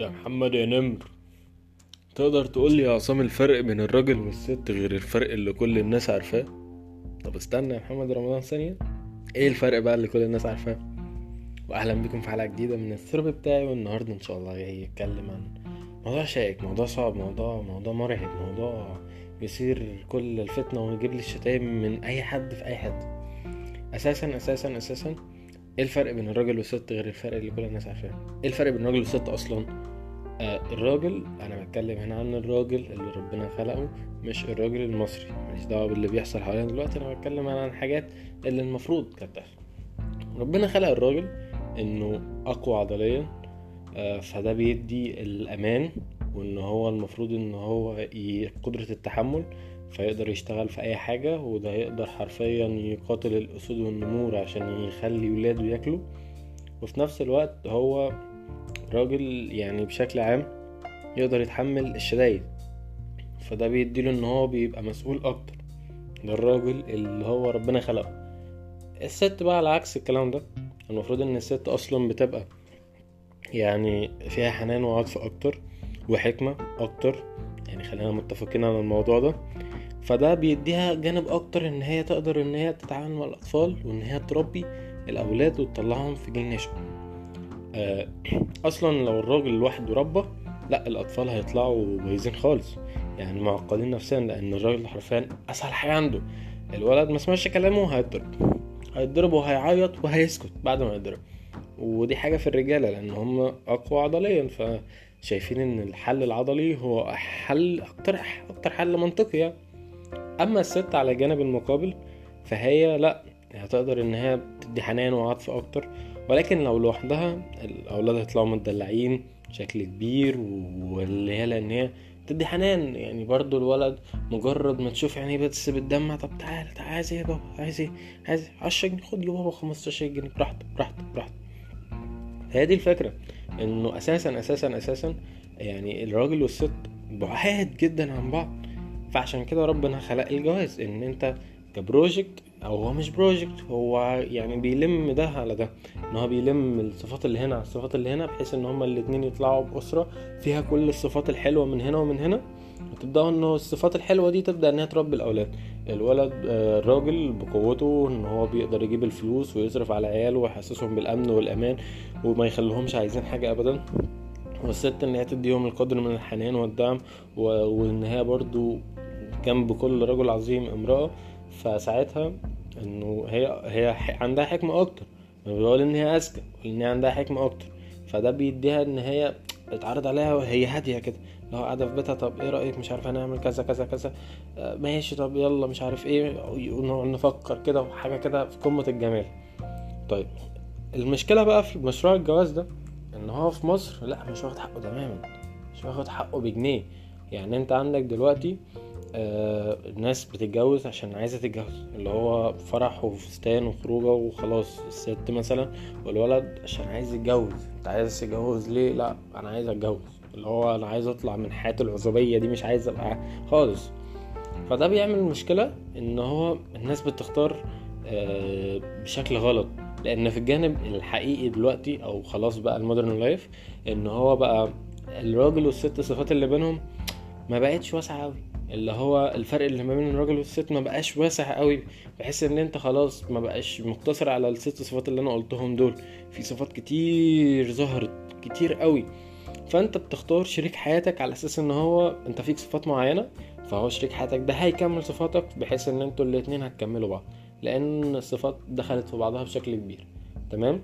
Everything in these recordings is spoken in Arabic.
يا محمد يا نمر، تقدر تقول لي يا عصام الفرق بين الراجل والست غير الفرق اللي كل الناس عارفاه؟ طب استنى يا محمد رمضان ثانية. ايه الفرق بقى اللي كل الناس عارفاه؟ واهلا بكم في حلقة جديدة من الثرب بتاعي، والنهاردة ان شاء الله جاي يتكلم عن موضوع شائك، موضوع صعب، موضوع مرعب، موضوع يثير كل الفتنة ويجيب لي الشتايم من اي حد في اي حد. اساسا ايه الفرق بين الراجل والست غير الفرق اللي كل الناس عارفاه؟ ايه الفرق بين الراجل والست اصلا؟ الراجل، انا بتكلم هنا عن الراجل اللي ربنا خلقه، مش الراجل المصري. ماليش دعوه باللي بيحصل حوالينا دلوقتي، انا بتكلم عن الحاجات اللي المفروض كانت تحصل. ربنا خلق الراجل انه اقوى عضليا، فده بيدي الامان، وان هو المفروض ان هو قدرة التحمل، فيقدر يشتغل في اي حاجة، وده يقدر حرفيا يقاتل الاسود والنمور عشان يخلي ولاده ياكلوا. وفي نفس الوقت هو راجل يعني بشكل عام يقدر يتحمل الشدايد، فده بيديله ان هو بيبقى مسؤول اكتر. ده الراجل اللي هو ربنا خلقه. الست بقى على عكس الكلام ده، المفروض ان الست اصلا بتبقى يعني فيها حنان وعطف اكتر وحكمة اكتر، يعني خلينا متفقين على الموضوع ده. فده بيديها جانب اكتر ان هي تقدر ان هي تتعامل مع الاطفال، وان هي تربي الاولاد وتطلعهم في جيل نشء. آه، اصلا لو الراجل لوحده ربى، لا الاطفال هيطلعوا بايظين خالص، يعني معقدين نفسيا، لان الراجل حرفيا اسهل حاجه عنده الولد ما سمعش كلامه هيتضرب وهيعيط وهيسكت بعد ما يتضرب. ودي حاجه في الرجاله لان هم اقوى عضليا، فشايفين ان الحل العضلي هو حل اكتر حل منطقي يعني. اما الست على الجانب المقابل، فهي لا، هتقدر ان هي تدي حنان وعطف اكتر، ولكن لو لوحدها الاولاد هيطلعوا متدلعين بشكل كبير، واللي هي لان هي تدي حنان. يعني برضو الولد مجرد ما تشوف يعني بس بتدمع، طب تعالى عايز ايه يا بابا، عايز 10 جنيه، خد يا بابا 15 جنيه، براحتك. هي دي الفكرة، انه اساسا يعني الراجل والست بعاد جدا عن بعض. فعشان كده ربنا خلق الجواز ان انت كبروجكت، او هو مش بروجكت، هو يعني بيلم ده على ده، ان هو بيلم الصفات اللي هنا على الصفات اللي هنا، بحيث ان هما الاتنين يطلعوا بأسرة فيها كل الصفات الحلوة من هنا ومن هنا، وتبدأ انه الصفات الحلوة دي تبدأ انها تربي الاولاد. الولد الراجل بقوته ان هو بيقدر يجيب الفلوس ويصرف على عياله ويحسسهم بالامن والامان وما يخليهمش عايزين حاجة ابدا. والست ان هي تديهم القدر من الحنان والدعم، وان هي برضو جنب كل رجل عظيم امرأة. فساعتها انه هي عندها حكمة اكتر، بيقول ان هي اذكى، ان هي عندها حكمة اكتر. فده بيديها ان هي اتعرض عليها وهي هادية كده، لو قاعدة في بيتها، طب ايه رأيك مش عارف هنعمل كذا كذا كذا، ماشي طب يلا مش عارف ايه، ونقعد نفكر كده وحاجة كده في قمة الجمال. طيب، المشكلة بقى في مشروع الجواز ده ان هو في مصر لا، مش واخد حقه تماما، مش واخد حقه بجنيه. يعني انت عندك دلوقتي الناس بتتجوز عشان عايزة تتجوز، اللي هو فرح وفستان وخروجه وخلاص. الست مثلا والولد عشان عايز يتجوز. انت عايز تتجوز ليه؟ لا انا عايز اتجوز، اللي هو انا عايز اطلع من حياة العزوبية دي، مش عايز ابقى خالص. فده بيعمل مشكلة ان هو الناس بتختار بشكل غلط، لان في الجانب الحقيقي دلوقتي، او خلاص بقى المودرن لايف، ان هو بقى الراجل والست الصفات اللي بينهم ما بقتش واسعة قوي. اللي هو الفرق اللي ما بين الراجل والست ما بقاش واسع قوي، بحيث ان انت خلاص ما بقاش مقتصر على الست صفات اللي انا قلتهم دول. في صفات كتير ظهرت، كتير قوي. فانت بتختار شريك حياتك على اساس ان هو انت فيك صفات معينة، فهو شريك حياتك ده هيكمل صفاتك، بحيث ان انتوا الاتنين هتكملوا بعض، لان الصفات دخلت في بعضها بشكل كبير. تمام.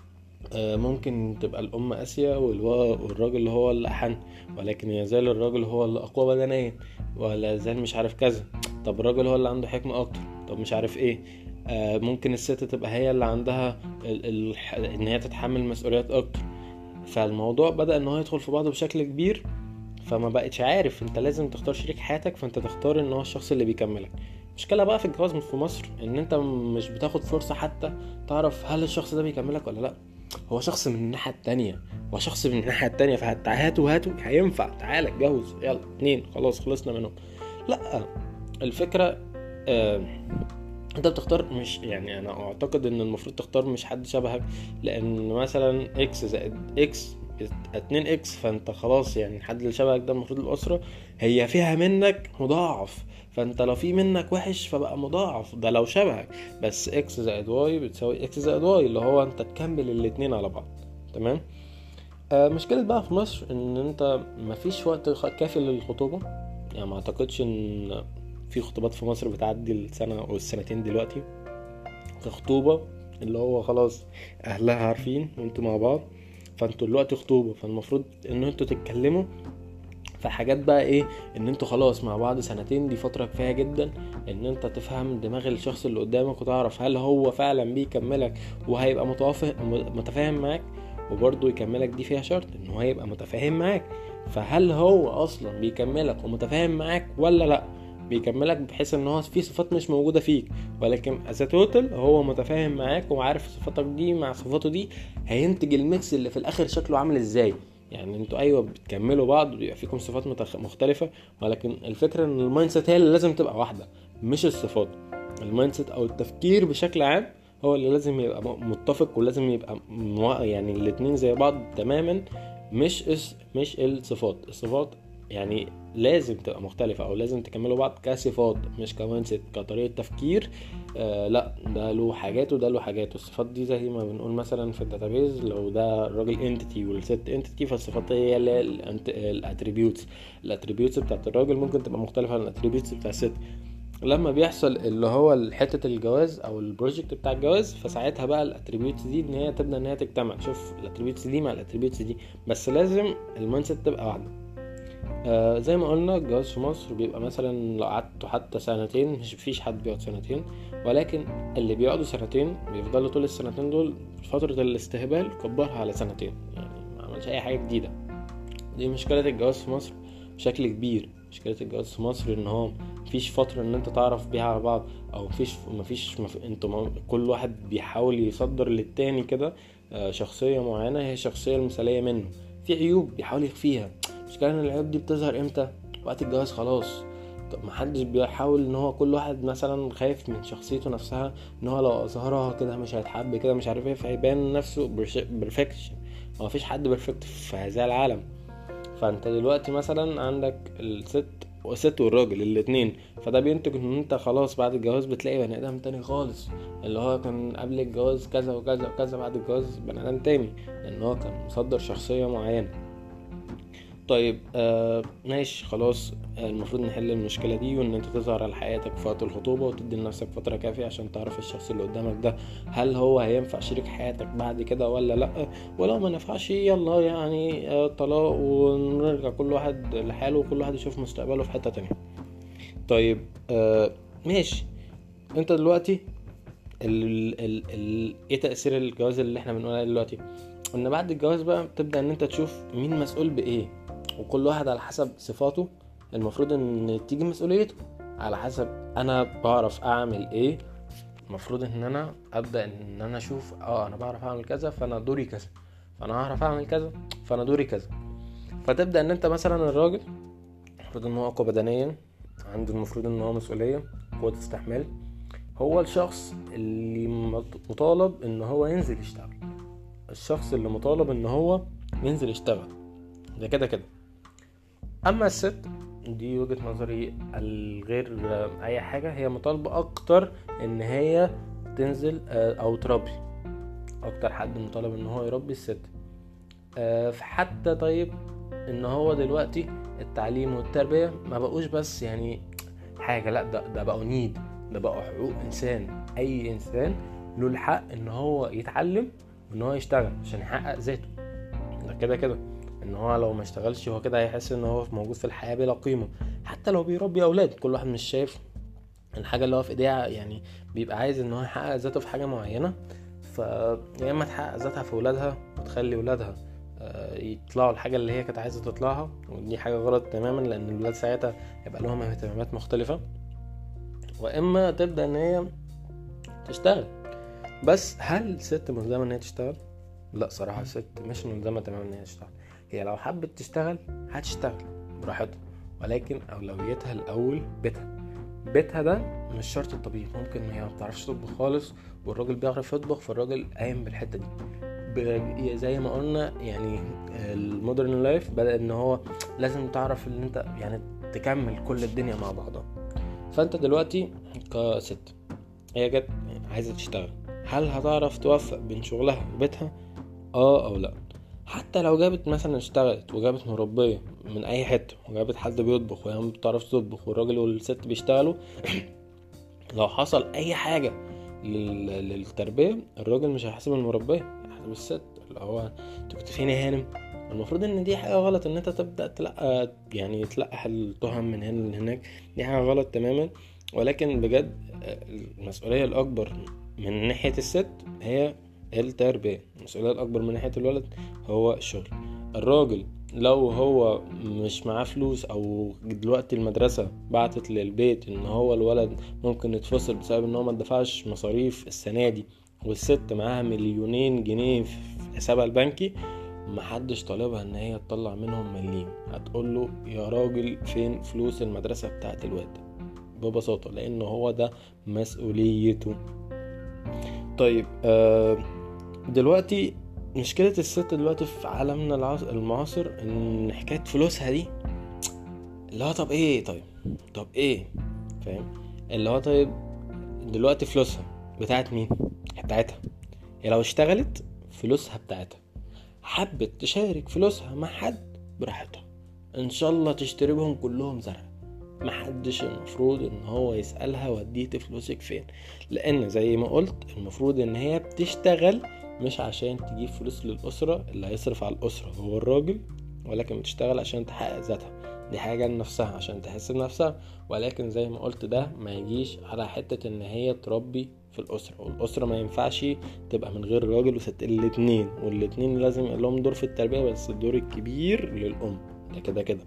ممكن تبقى الأم قاسية والراجل هو اللي أحن، ولكن يزال الراجل هو اللي أقوى بدنيا، ولا يزال مش عارف كذا. طب الراجل هو اللي عنده حكمة أكتر، طب مش عارف إيه. ممكن الست تبقى هي اللي عندها إن هي تتحمل مسؤوليات أكتر. فالموضوع بدأ إن هو يدخل في بعضه بشكل كبير، فما بقتش عارف. انت لازم تختار شريك حياتك، فانت تختار ان هو الشخص اللي بيكملك. مشكلة بقى في الجواز في مصر ان انت مش بتاخد فرصة حتى تعرف هل الشخص ده بيكملك ولا لا. هو شخص من الناحية التانية، فهاتوا هينفع، تعالى اتجوز، يلا اتنين خلاص خلصنا منهم. لا، الفكرة آه انت بتختار، مش يعني انا اعتقد ان المفروض تختار مش حد شبهك، لان مثلا اكس زائد اكس 2 اكس، فانت خلاص يعني الحد اللي شبهك ده المفروض الاسرة هي فيها منك مضاعف، فانت لو في منك وحش فبقى مضاعف ده لو شبهك. بس اكس زائد واي بتساوي اكس زائد واي، اللي هو انت تكمل الاتنين على بعض. تمام. مشكلة بقى في مصر ان انت مفيش وقت كافي للخطوبة. يعني ما اعتقدش ان في خطوبات في مصر بتعدي السنة او السنتين دلوقتي كخطوبة، اللي هو خلاص اهلها عارفين وانتوا مع بعض، فانتوا دلوقتي خطوبة، فالمفروض ان انتوا تتكلموا في حاجات بقى ايه، ان انتوا خلاص مع بعض سنتين، دي فترة كفاية جدا ان انت تفهم دماغ الشخص اللي قدامك وتعرف هل هو فعلا بيكملك وهيبقى متفاهم معاك. وبرضه يكملك دي فيها شرط ان هو هيبقى متفاهم معاك، فهل هو اصلا بيكملك ومتفاهم معاك ولا لا؟ بيكملك بحيث ان هو في صفات مش موجودة فيك، ولكن as a total هو متفاهم معاك وعارف صفاتك دي مع صفاته دي، هينتج الميكس اللي في الاخر شكله عامل ازاي. يعني انتوا ايوه بتكملوا بعض وبيبقى فيكم صفات مختلفة، ولكن الفكرة ان المايند سيت هي اللي لازم تبقى واحدة مش الصفات. المايند سيت او التفكير بشكل عام هو اللي لازم يبقى متفق، ولازم يبقى يعني الاتنين زي بعض تماما، مش الصفات يعني لازم تبقى مختلفة او لازم تكملوا بعض كصفات مش كمايند سيت كطريقة تفكير. لا ده له حاجات وده له حاجات. الصفات دي زي ما بنقول مثلا في الداتابيز، لو ده الراجل انتيتي والست انتيتي، فالصفات هي الاتريبيوتس بتاعت الراجل ممكن تبقى مختلفة عن الاتريبيوتس بتاع الست. لما بيحصل اللي هو حته الجواز او البروجكت بتاع الجواز، فساعتها بقى الاتريبيوتس دي ان هي تبدا ان هي تجتمع، شوف الاتريبيوتس دي مع الاتريبيوتس دي، بس لازم المايند سيت تبقى واحده. زي ما قلنا الجواز في مصر بيبقى مثلا لو قعدتوا حتى سنتين، مش فيش حد بيقعد سنتين، ولكن اللي بيقعدوا سنتين بيفضلوا طول السنتين دول فتره الاستهبال كبرها على سنتين، يعني ما عملش اي حاجه جديده. دي مشكله الجواز في مصر بشكل كبير. مشكله الجواز في مصر ان هو مفيش فتره ان انت تعرف بيها على بعض، او مفيش انتوا كل واحد بيحاول يصدر للتاني كده شخصيه معينه هي الشخصيه المثاليه منه، في عيوب بيحاول يخفيها. مشكلة ان العيوب دي بتظهر امتى؟ وقت الجواز خلاص. طب محدش بيحاول ان هو كل واحد مثلا خايف من شخصيته نفسها، ان هو لو اظهرها كده مش هيتحب كده مش عارف ايه، فيبان نفسه برفكشن. ما فيش حد برفكت في هذا العالم. فانت دلوقتي مثلا عندك الست والراجل الاتنين، فده بينتج ان انت خلاص بعد الجواز بتلاقي بني ادم تاني خالص، اللي هو كان قبل الجواز كذا وكذا وكذا، بعد الجواز بني ادم تاني لان هو كان مصدر شخصية معينة. طيب ماشي خلاص. المفروض نحل المشكلة دي، وان انت تظهر على حياتك في وقت الخطوبة وتدي لنفسك فترة كافية عشان تعرف الشخص اللي قدامك ده هل هو هينفع شريك حياتك بعد كده ولا لا. ولو ما نفعش يلا يعني طلاق ونرجع كل واحد لحاله وكل واحد يشوف مستقبله في حتة تانية. طيب ماشي. انت دلوقتي ايه تأثير الجواز اللي احنا بنقولها دلوقتي؟ ان بعد الجواز بقى بتبدأ ان انت تشوف مين مسؤول بايه، وكل واحد على حسب صفاته المفروض ان تيجي مسؤوليته. على حسب انا بعرف اعمل ايه، المفروض ان انا ابدا ان انا اشوف انا بعرف اعمل كذا فانا دوري كذا، فانا هعرف اعمل كذا فانا دوري كذا. فتبدا ان انت مثلا الراجل المفروض ان هو قوي بدنيا، عنده المفروض ان هو مسؤوليه، قوه استحمال، هو الشخص اللي مطالب ان هو ينزل يشتغل، الشخص اللي مطالب ان هو ينزل يشتغل ده كده كده. اما الست دي وجهة نظري الغير اي حاجة، هي مطالبة اكتر ان هي تنزل او تربي، اكتر حد مطالب ان هو يربي الست. فحتى طيب ان هو دلوقتي التعليم والتربية ما بقوش بس يعني حاجة، لا ده بقوا نيد، ده بقوا حقوق انسان. اي انسان له الحق ان هو يتعلم وان هو يشتغل عشان يحقق ذاته، ده كده كده. ان هو لو ما اشتغلش هو كده هيحس ان هو موجود في الحياة بلا قيمة. حتى لو بيربي اولاد كل واحد مش شايف الحاجة اللي هو في ايديها، يعني بيبقى عايز ان هو يحقق ذاته في حاجة معينة، يا اما تحقق ذاتها في ولادها وتخلي ولادها يطلعوا الحاجة اللي هي كانت عايزة تطلعها، ودي حاجة غلط تماما لان الولاد ساعتها يبقى لهم اهتمامات مختلفة. واما تبدأ ان هي تشتغل. بس هل الست ملزمة ان هي تشتغل؟ لا صراحة الست مش ملزمة تماما ان هي تشتغل. هي لو حبت تشتغل هتشتغل براحتها، ولكن اولويتها الاول بيتها ده مش شرط الطبيخ، ممكن هي ما بتعرفش تطبخ خالص والراجل بيعرف يطبخ، فالراجل قايم بالحتة دي. زي ما قلنا يعني المودرن لايف بدأ ان هو لازم تعرف ان انت يعني تكمل كل الدنيا مع بعضها. فانت دلوقتي كست هي جت عايزة تشتغل، هل هتعرف توفق بين شغلها وبيتها او لا؟ حتى لو جابت مثلا اشتغلت وجابت مربية من اي حتة وجابت حد بيطبخ وهي ما بتعرفش تطبخ والراجل والست بيشتغلوا لو حصل اي حاجة للتربية الراجل مش هيحاسب المربية، هيحاسب الست اللي هو انت كنت فين يا هانم. المفروض ان دي حاجة غلط ان انت تبدأ تلقح التهم من هنا لهناك، دي حاجة غلط تماما. ولكن بجد المسؤولية الاكبر من ناحية الست هي التربية، المسؤولية الاكبر من ناحية الولد هو الشغل. الراجل لو هو مش معاه فلوس او دلوقتي المدرسة بعتت للبيت ان هو الولد ممكن يتفصل بسبب ان هو ما دفعش مصاريف السنة دي، والست معاها 2,000,000 جنيه في حسابها البنكي، محدش طالبها ان هي تطلع منهم مليم، هتقول له يا راجل فين فلوس المدرسة بتاعت الواد ببساطة، لان هو ده مسؤوليته. طيب دلوقتي مشكلة الست دلوقتي في عالمنا المعاصر ان حكاية فلوسها دي اللي هو طب ايه فاهم اللي هو طيب دلوقتي فلوسها بتاعت مين؟ بتاعتها. هي لو اشتغلت فلوسها بتاعتها، حبت تشارك فلوسها مع حد براحتها، ان شاء الله تشتري بهم كلهم زرع، محدش المفروض ان هو يسألها وديت فلوسك فين، لان زي ما قلت المفروض ان هي بتشتغل مش عشان تجيب فلوس للأسرة، اللي هيصرف على الأسرة هو الراجل، ولكن بتشتغل عشان تحقق ذاتها، دي حاجة لنفسها عشان تحس بنفسها. ولكن زي ما قلت ده ما يجيش على حتة ان هي تربي في الأسرة، والأسرة ما ينفعش تبقى من غير راجل وست، الاتنين، والاتنين لازم يبقى لهم دور في التربية، بس الدور الكبير للأم ده كده.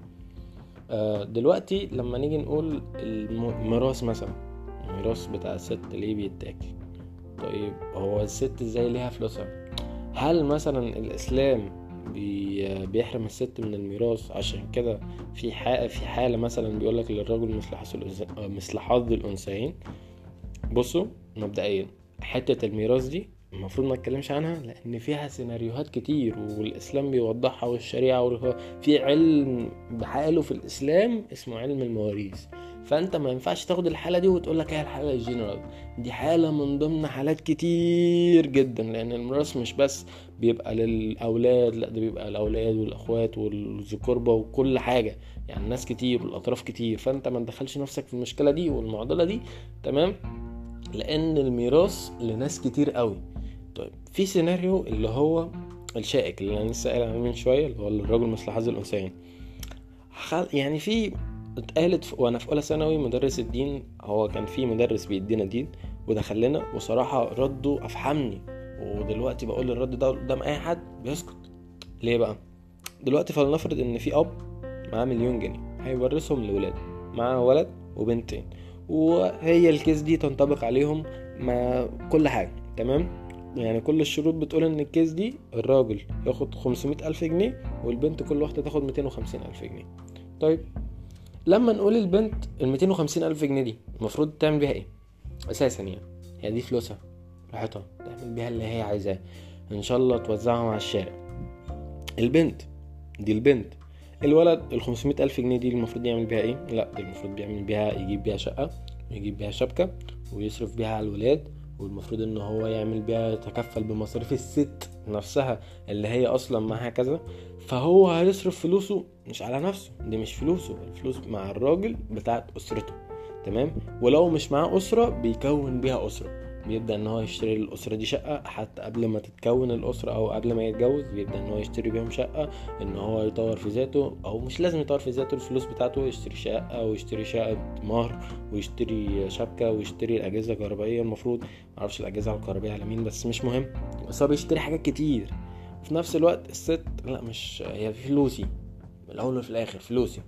دلوقتي لما نيجي نقول الميراث مثلا، الميراث بتاع الست ليه بيتاكل؟ طيب هو الست ازاي ليها فلوسها؟ هل مثلا الاسلام بيحرم الست من الميراث عشان كده في حالة مثلا بيقولك للرجل مثل حظ الانثيين؟ بصوا مبدئيا حتة الميراث دي المفروض ما اتكلمش عنها لان فيها سيناريوهات كتير والاسلام بيوضحها، والشريعة في علم بحاله في الاسلام اسمه علم المواريث. فانت ما ينفعش تاخد الحالة دي وتقولك هي الحالة الجنرال، دي حالة من ضمن حالات كتير جدا، لان الميراث مش بس بيبقى للاولاد، لا ده بيبقى الاولاد والاخوات والذكوربة وكل حاجة، يعني الناس كتير والاطراف كتير، فانت ما تدخلش نفسك في المشكلة دي والمعضلة دي، تمام؟ لان الميراث لناس كتير قوي. طيب في سيناريو اللي هو الشائك اللي انا لسه قايل عليه من شويه، اللي هو الرجل مثل حظ الانثيين. يعني في اتقالت وانا في اولى ثانوي مدرس الدين، هو كان في مدرس بيدينا دين ودخل لنا، وصراحه رده افحمني، ودلوقتي بقول الرد ده قدام اي حد بيسكت. ليه بقى؟ دلوقتي فلنفرض ان في اب معاه 1,000,000 جنيه هيورثهم لولاده، معاه ولد وبنتين، وهي الكيس دي تنطبق عليهم مع كل حاجه، تمام؟ يعني كل الشروط بتقول ان الكيس دي الراجل ياخد 500,000 جنيه والبنت كل واحدة تاخد 250,000 جنيه. طيب لما نقول البنت 250,000 جنيه دي المفروض تعمل بيها ايه اساسا؟ يعني هي دي فلوسها راحتها تعمل بيها اللي هي عايزاه، ان شاء الله توزعها مع الشارع. البنت الولد 500,000 جنيه دي المفروض يعمل بيها ايه؟ لا دي المفروض يعمل بيها يجيب بيها شقة ويجيب بيها شبكة ويصرف بيها على الولاد، والمفروض ان هو يعمل بيها يتكفل بمصاريف الست نفسها اللي هي اصلا معها كذا، فهو هيصرف فلوسه مش على نفسه، دي مش فلوسه، الفلوس مع الراجل بتاعت اسرته، تمام؟ ولو مش معاه اسرة بيكون بيها اسرة، بيبدأ ان هو يشتري الاسرة دي شقة، حتى قبل ما تتكون الاسرة او قبل ما يتجوز بيبدأ ان هو يشتري بيهم شقة، ان هو يطور في ذاته، او مش لازم يطور في ذاته، الفلوس بتاعته يشتري شقة ويشتري شقة مهر ويشتري شبكة ويشتري الاجهزة الكهربائية، المفروض معرفش الاجهزة الكهربائية على مين بس مش مهم، بس هو بيشتري حاجات كتير. في نفس الوقت الست لا، مش هي فلوسي الاول وفي الاخر فلوسي،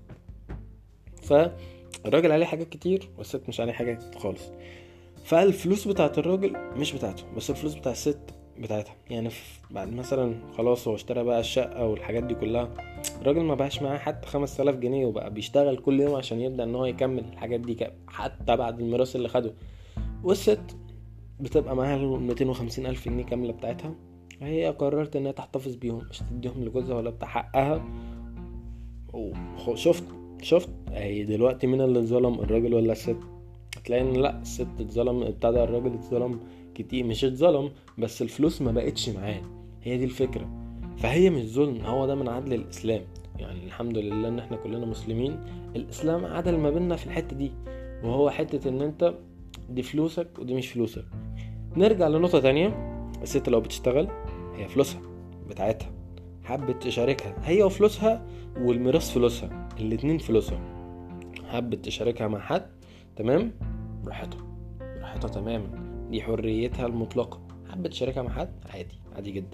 فالراجل عليه حاجات كتير والست مش عليه حاجات خالص. فالفلوس بتاعت الراجل مش بتاعته، بس الفلوس بتاعت الست بتاعتها. يعني بعد مثلا خلاص هو اشترى بقى الشقة والحاجات دي كلها، الراجل ما بقاش معاه حتى 5,000 جنيه وبقى بيشتغل كل يوم عشان يبدأ ان هو يكمل الحاجات دي حتى بعد الميراث اللي خده، والست بتبقى معاها 250,000 جنيه كاملة بتاعتها، هي قررت انها تحتفظ بيهم، مش تديهم لجوزها ولا بتاع حقها. شفت اهي دلوقتي مين اللي اتظلم، الراجل ولا الست؟ هتلاقي ان لا، الست اتظلم، ابتدى الراجل اتظلم كتير، مش اتظلم بس الفلوس ما بقتش معاه، هي دي الفكرة. فهي مش ظلم، هو ده من عدل الاسلام. يعني الحمد لله ان احنا كلنا مسلمين، الاسلام عدل ما بيننا في الحتة دي، وهو حتة ان انت دي فلوسك ودي مش فلوسك. نرجع لنقطة تانية، الست لو بتشتغل هي فلوسها بتاعتها، حبت تشاركها هي وفلوسها والميراث فلوسها، الاتنين فلوسها، حبت تشاركها مع حد تمام، براحتها تماما، دي حريتها المطلقة. حبت تشاركها مع حد عادي جدا،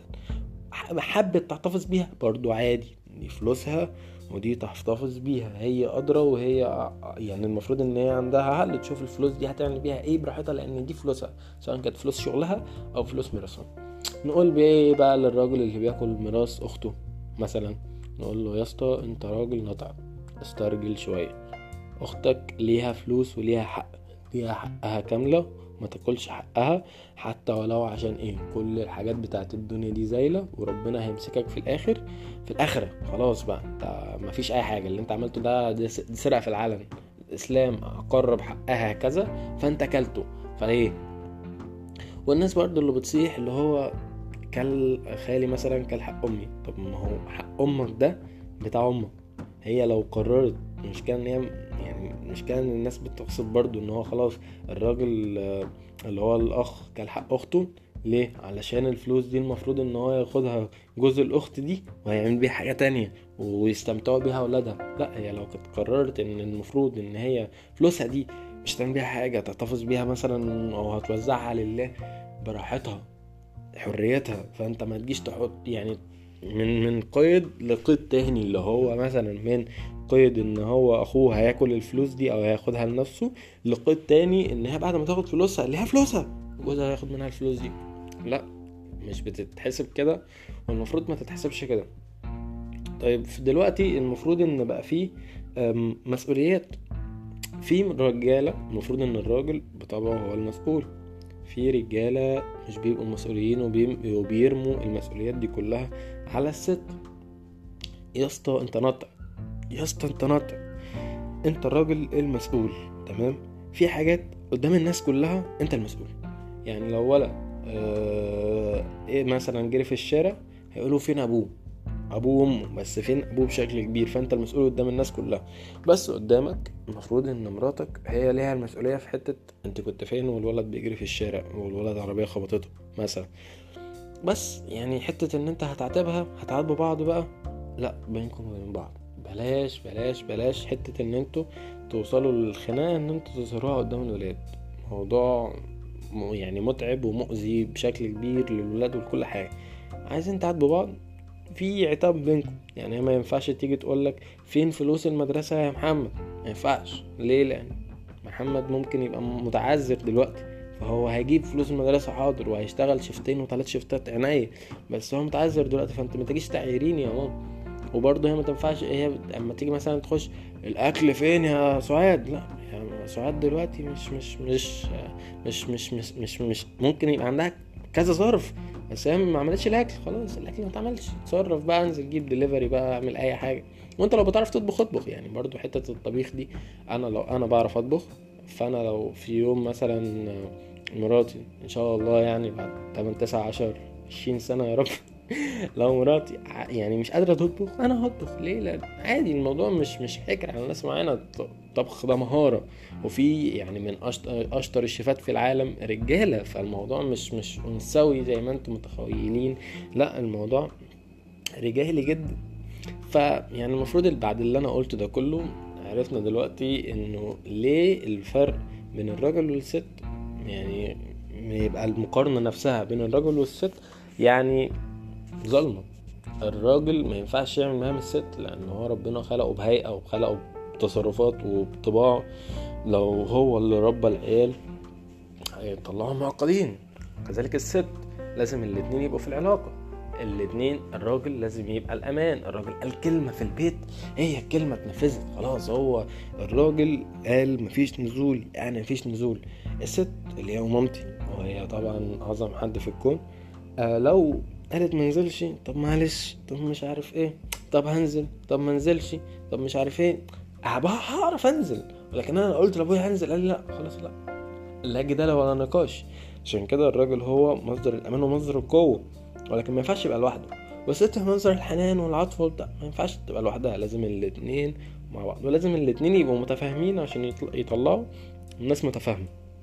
حبت تحتفظ بيها برضو عادي، دي فلوسها ودي تحتفظ بيها، هي أدرى، وهي يعني المفروض ان هي عندها حل تشوف الفلوس دي هتعمل بيها ايه براحتها، لان دي فلوسها، سواء كانت فلوس شغلها او فلوس ميراثها. نقول بايه بقى للراجل اللي بياكل ميراث اخته مثلا؟ نقول له يا اسطى انت راجل نطع، استرجل شويه، اختك ليها فلوس وليها حق، ليها حقها كامله، ما تاكلش حقها حتى ولو عشان ايه. كل الحاجات بتاعت الدنيا دي زايله، وربنا هيمسكك في الاخر، في الاخره خلاص بقى، انت مفيش اي حاجه، اللي انت عملته دي سرقه في العالم. الاسلام اقرب حقها كذا فانت كلته، فايه؟ والناس برضو اللي بتصيح اللي هو كل خالي مثلا، كل حق امي. طب ما هو حق امك ده بتاع امك، هي لو قررت، مش كان هي يعني مش كان الناس بتقصد برضو ان هو خلاص الراجل اللي هو الاخ كان حق اخته ليه؟ علشان الفلوس دي المفروض ان هو ياخدها جزء الاخت دي وهيعمل بيها حاجة تانية ويستمتعوا بيها اولادها. لا، هي لو كانت قررت ان المفروض ان هي فلوسها دي مش تعمل بيها حاجة، تحتفظ بيها مثلا او هتوزعها لله، براحتها، حريتها. فانت ما تجيش تحط يعني من قيد لقيد تاني، اللي هو مثلا من قيد ان هو اخوه هياكل الفلوس دي او هياخدها لنفسه، لقيد تاني ان هي بعد ما تاخد فلوسها اللي هي فلوسها جوزها هياخد منها الفلوس دي. لا، مش بتتحسب كده، والمفروض ما تتحسبش كده. طيب في دلوقتي المفروض ان بقى فيه مسؤوليات في رجالة، المفروض ان الراجل بطبعه هو المسؤول، في رجالة مش بيبقوا مسؤولين وبيرموا المسؤوليات دي كلها على الست. يا اسطى انت ناطق، انت الراجل المسؤول تمام، في حاجات قدام الناس كلها انت المسؤول. يعني لو ولا ايه مثلا جري في الشارع، هيقولوا فين ابوه وامه، بس فين ابوه بشكل كبير، فانت المسؤول قدام الناس كلها. بس قدامك المفروض ان مراتك هي ليها المسؤولية في حتة انت كنت فين والولد بيجري في الشارع والولد عربية خبطته مثلا. بس يعني حتة ان انت هتعاتبوا بعض بقى، لا، بينكم وبين بعض بلاش حتة ان انتوا توصلوا للخناقة ان انتوا تظهروها قدام الولاد. موضوع يعني متعب ومؤذي بشكل كبير للولاد ولكل حاجة. عايزين تعاتبوا بعض في عتاب بينكم، يعني ما ينفعش تيجي تقولك فين فلوس المدرسة يا محمد، ما ينفعش. ليه؟ لان محمد ممكن يبقى متعذر دلوقتي، فهو هيجيب فلوس المدرسة حاضر وهيشتغل شفتين و3 شفتات عناية، بس هو متعذر دلوقتي، فانت ما تجيش تعيريني يا ماما. وبرضه هي ما تنفعش، هي اما تيجي مثلا تخش الاكل فين يا سعاد، لا يا سعاد دلوقتي مش ممكن يبقى عندها كذا ظرف، بس هي ما عملتش الاكل، خلاص الاكل ما اتعملش، اتصرف بقى، انزل جيب دليفري بقى، اعمل اي حاجه. وانت لو بتعرف تطبخ اطبخ، يعني برضو حته الطبيخ دي، لو انا بعرف اطبخ، فانا لو في يوم مثلا مراتي ان شاء الله يعني بعد 8 9 10 20 سنه يا رب لو مراتي يعني مش قادره تطبخ، انا هطبخ. ليه؟ لا عادي، الموضوع مش حكر على ناس معينه، الطبخ ده مهاره، وفي يعني من اشطر الشيفات في العالم رجاله، فالموضوع مش انثوي زي ما انتم متخيلين، لا الموضوع رجالي جدا. فيعني المفروض بعد اللي انا قلته ده كله، عرفنا دلوقتي انه ليه الفرق بين الرجل والست، يعني يبقى المقارنة نفسها بين الرجل والست يعني ظلمة. الراجل ما ينفعش يعمل مهام الست، لان هو ربنا خلقه بهيئة وخلقه بتصرفات وبطباع، لو هو اللي ربى العيال هيطلعهم معقدين. كذلك الست، لازم الاتنين يبقوا في العلاقة، الاتنين، الراجل لازم يبقى الأمان، الراجل قال كلمة في البيت هي الكلمة اتنفذت خلاص، هو الراجل قال مفيش نزول يعني مفيش نزول. الست اللي هي مامتي وهي طبعا أعظم حد في الكون، لو قالت منزلش، طب معلش، طب مش عارف ايه، طب هنزل، طب منزلش، طب مش عارف ايه، هعرف انزل. ولكن انا قلت لابويا هنزل، قال لي لا خلاص لا. لا جدال ولا نقاش. عشان كده الراجل هو مصدر الامان ومصدر القوه، ولكن ما ينفعش يبقى لوحده. والست مصدر الحنان والعطف وبتاع، ما ينفعش تبقى لوحدها، لازم الاتنين مع بعض، ولازم الاتنين يبقوا متفاهمين عشان يطلعوا الناس متفاهمه.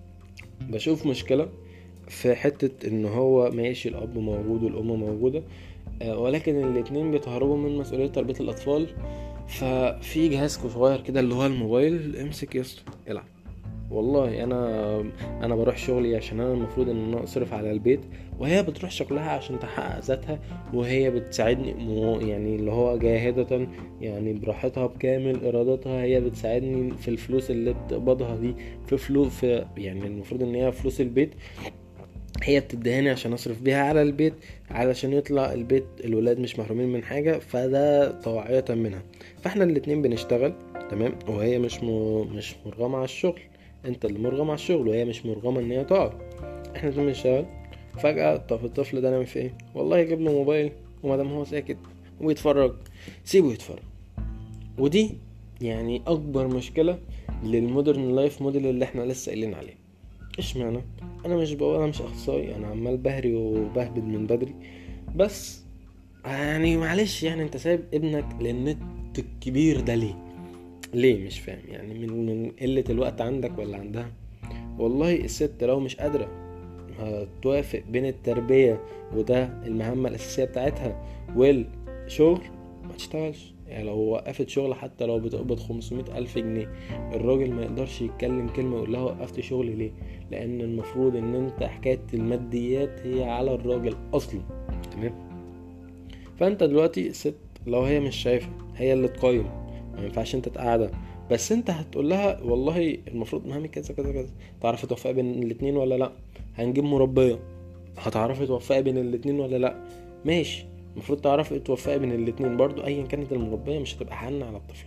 بشوف مشكله في حته ان هو ماشي الاب موجود والام موجوده، ولكن الاتنين بيتهربوا من مسؤوليه تربيه الاطفال. ففي جهاز صغير كده اللي هو الموبايل، امسك يا اسطى العب. والله انا بروح شغلي عشان انا المفروض ان انا اصرف على البيت، وهي بتروح شغلها عشان تحقق ذاتها، وهي بتساعدني يعني اللي هو جاهدة، يعني براحتها بكامل ارادتها هي بتساعدني في الفلوس اللي بتقبضها دي، في فلوس، في يعني المفروض ان هي فلوس البيت هي بتدهني عشان اصرف بيها على البيت، علشان يطلع البيت الولاد مش محرومين من حاجة، فده طواعية منها. فاحنا الاتنين بنشتغل تمام، وهي مش مرغمة على الشغل، انت اللي مرغم على الشغل وهي مش مرغمة ان هي تقعد. احنا الاتنين بنشتغل. فجأة طب الطفل ده نعمل فيه ايه؟ والله يجيب له موبايل، ومادام هو ساكت ويتفرج سيبه يتفرج. ودي يعني اكبر مشكلة للمودرن لايف موديل اللي احنا لسه قايلين عليه. اشمعنى؟ انا مش بقول، انا مش اخصائي، انا عمال بهري وبهبد من بدري، بس يعني معلش، يعني انت سايب ابنك للنت الكبير ده ليه مش فاهم؟ يعني من قلة الوقت عندك ولا عندها؟ والله الست لو مش قادرة توافق بين التربية وده المهمة الأساسية بتاعتها والشغل، ما تشتغلش. يعني لو وقفت شغل حتى لو بتقبض 500,000 جنيه، الراجل ما يقدرش يتكلم كلمة يقول لها وقفت شغل ليه، لأن المفروض ان انت حكاية الماديات هي على الراجل أصلا. تمام. فانت دلوقتي الست لو هي مش شايفة، هي اللي تقيم، ما ينفعش انت تقعدها، بس انت هتقول لها والله المفروض مهمة كذا كذا كذا، تعرفي توفقي بين الاتنين ولا لا؟ هنجيب مربية، هتعرفي توفقي بين الاتنين ولا لا؟ ماشي، المفروض تعرفي توفقي بين الاتنين برضو. ايا كانت المربية مش هتبقى حنة على الطفل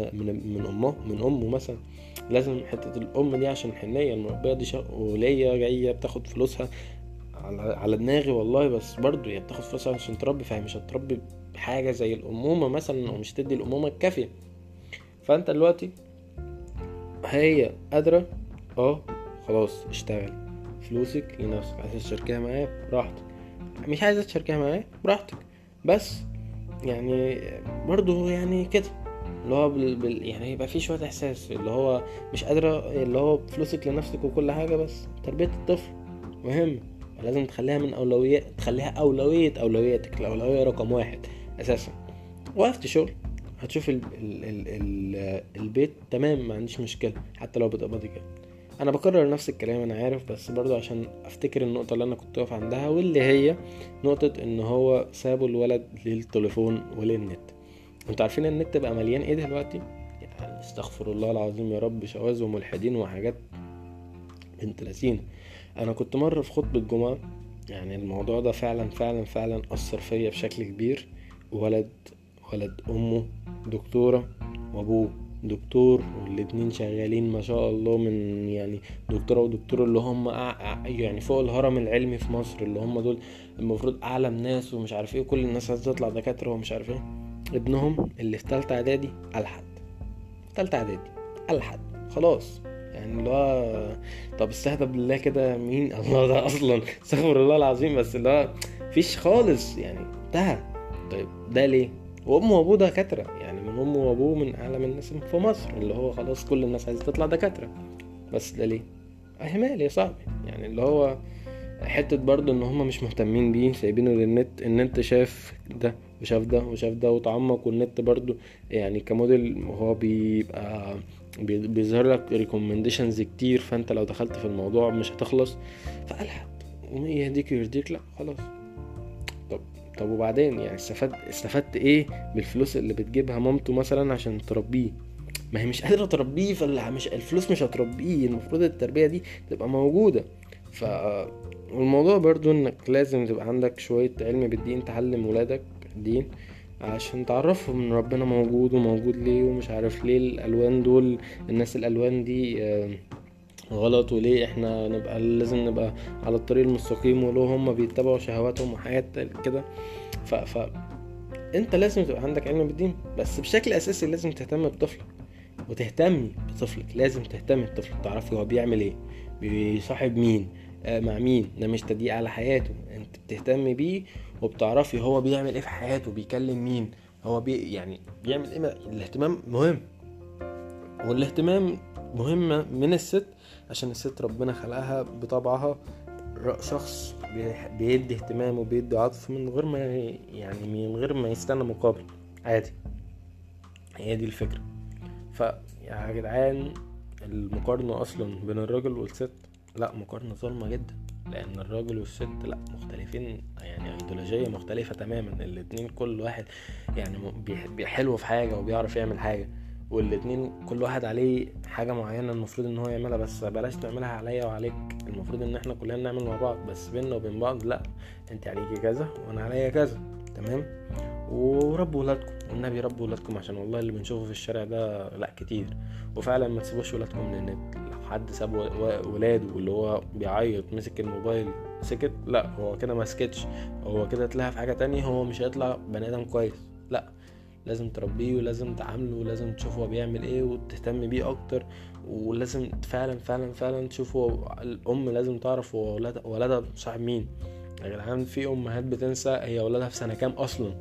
من امه مثلا. لازم حتة الام دي عشان حنية، المربية دي ولية جاية بتاخد فلوسها على دماغي والله، بس برضو هي بتاخد فلوسها عشان تربي، فهي مش هتربي حاجة زي الأمومة مثلا، أو مش تدي الأمومة الكافية. فأنت دلوقتي هي قادرة، خلاص اشتغل فلوسك لنفسك، عايز تشاركها معايا براحتك، مش عايز تشاركها معايا براحتك. بس يعني برضو يعني كده اللي هو يعني يبقى في شوية احساس، اللي هو مش قادرة، اللي هو فلوسك لنفسك وكل حاجة، بس تربية الطفل مهم، لازم تخليها من اولويات، تخليها اولوياتك، الاولوية رقم واحد اساسا. وقفت شغل هتشوف البيت تمام، ما عنديش مشكلة حتى لو بتقبضي كده. انا بكرر نفس الكلام انا عارف، بس برضو عشان افتكر النقطة اللي انا كنت واقف عندها، واللي هي نقطة ان هو سابوا الولد للتليفون وللنت. انتوا عارفين النت بقى مليان ايه دلوقتي؟ يعني استغفر الله العظيم يا رب، شواذ وملحدين وحاجات بنت لذينه. انا كنت مرة في خطبة جمعة، يعني الموضوع ده فعلا فعلا فعلا اثر فيا بشكل كبير. ولد امه دكتورة وابوه دكتور، والاتنين شغالين ما شاء الله، من يعني دكتورة ودكتور اللي هم يعني فوق الهرم العلمي في مصر، اللي هم دول المفروض اعلم ناس ومش عارف ايه، كل الناس عايزة تطلع دكاترة ومش عارف ايه. ابنهم اللي في تالتة اعدادي ألحد خلاص، يعني اللي هو طب استهدى بالله كده، مين الله ده اصلا؟ استغفر الله العظيم، بس اللي هو فيش خالص يعني، انتهى. طيب ده ليه؟ وامه وابوه دكاتره، يعني من امه وابوه من اعلم الناس في مصر، اللي هو خلاص كل الناس عايزه تطلع دكاتره، بس ده ليه؟ اهمال يا صاحبي. يعني اللي هو حتة برضو ان هما مش مهتمين بيه، سايبينه للنت، ان انت شاف ده وشاف ده وشاف ده وتعمق. والنت برضو يعني كموديل هو بيبقى بيظهر لك ريكومنديشنز كتير، فانت لو دخلت في الموضوع مش هتخلص. فألحق يهديك ويرضيك، لا خلاص. طب وبعدين يعني استفدت ايه بالفلوس اللي بتجيبها مامته مثلا عشان تربيه؟ ما هي مش قادرة تربيه، مش الفلوس مش هتربيه، المفروض التربية دي تبقى موجودة. والموضوع برضو انك لازم تبقى عندك شوية علم بالدين، تعلم ولادك الدين عشان تعرفهم ان ربنا موجود، وموجود ليه، ومش عارف ليه الالوان دول، الناس الالوان دي غلط، وليه احنا لازم نبقى على الطريق المستقيم، ولو هم بيتبعوا شهواتهم وحياة كده. انت لازم تبقى عندك علم بالدين، بس بشكل اساسي لازم تهتم بطفلك وتهتمي بطفلك. لازم تهتمي بطفلك، تعرفي هو بيعمل ايه، بيصاحب مين، مع مين. ده مش تضييق على حياته، انت بتهتمي بيه وبتعرفي هو بيعمل ايه في حياته، بيكلم مين، هو يعني بيعمل ايه. الاهتمام مهم، والاهتمام مهمة من الست، عشان الست ربنا خلقها بطبعها شخص بيدي اهتمام وبيدي عطف من غير ما من غير ما يستنى مقابل، عادي. هي دي الفكرة. يا جدعان، المقارنة اصلا بين الراجل والست لا، مقارنة ظلمة جدا، لان الراجل والست لا مختلفين، يعني ايديولوجية مختلفة تماما. الاتنين كل واحد يعني حلو في حاجة وبيعرف يعمل حاجة، والاتنين كل واحد عليه حاجة معينة المفروض ان هو يعملها، بس بلاش نعملها عليا وعليك. المفروض ان احنا كلنا نعمل مع بعض، بس بيننا وبين بعض لا، انت عليكي كذا وانا عليا كذا، تمام. وربوا ولادكم، والنبي ربوا ولادكم، عشان والله اللي بنشوفه في الشارع ده لا كتير. وفعلا ما تسيبوش ولادكم للنت. لو حد ساب ولاده واللي هو بيعيط مسك الموبايل سكت، لا هو كده ما سكتش، هو كده اتلهى في حاجة تانية، هو مش هيطلع بني ادم كويس. لا، لازم تربيه ولازم تعامله ولازم تشوفه بيعمل ايه وتهتم بيه اكتر. ولازم فعلا فعلا فعلا تشوفه. الام لازم تعرف هو ولادها صاحب مين. يا جدعان، في امهات بتنسى هي ولادها في سنة كام اصلا.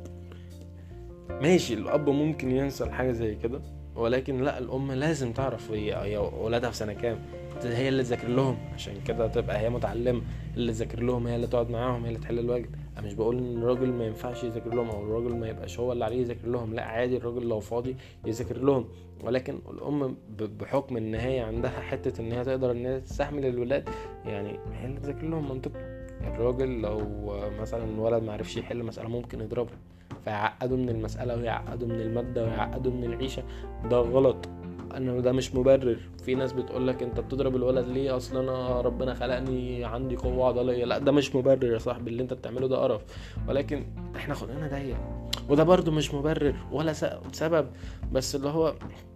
ماشي، الاب ممكن ينسى الحاجة زي كده، ولكن لا، الام لازم تعرف هي ولادها في سنة كام. هي اللي تذاكر لهم، عشان كده تبقى هي متعلمة. اللي تذاكر لهم، هي اللي تقعد معاهم، هي اللي تحل الواجب. انا مش بقول ان الراجل ما ينفعش يذاكر لهم، او الراجل ما يبقاش هو اللي عليه يذاكر لهم، لا عادي، الراجل لو فاضي يذاكر لهم. ولكن الام بحكم ان هي عندها حتة ان هي تقدر ان هي تستحمل الولاد، يعني هي اللي تذاكر لهم منطق. الراجل لو مثلا الولد ما عرفش يحل مسألة ممكن يضربه، فيعقدوا من المسألة ويعقدوا من المادة ويعقدوا من العيشة. ده غلط. انا ده مش مبرر. في ناس بتقولك انت بتضرب الولد ليه، اصلا انا ربنا خلقني عندي قوة عضلية. لا، ده مش مبرر يا صاحبي، اللي انت بتعمله ده قرف. ولكن احنا خلقنا ضيق، وده برضو مش مبرر ولا سبب. بس اللي هو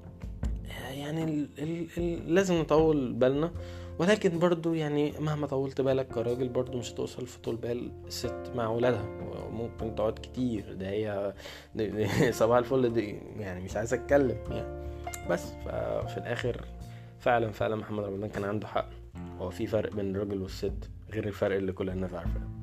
يعني لازم نطول بالنا. ولكن برضو يعني مهما طولت بالك كراجل، برضو مش هتوصل في طول بال الست مع ولادها. ممكن تقعد كتير، ده هي صباح الفل دي، يعني مش عايز اتكلم يعني. بس ففي الاخر فعلا فعلا محمد رمضان كان عنده حق. هو في فرق بين الراجل والست غير الفرق اللي كل الناس عارفاه.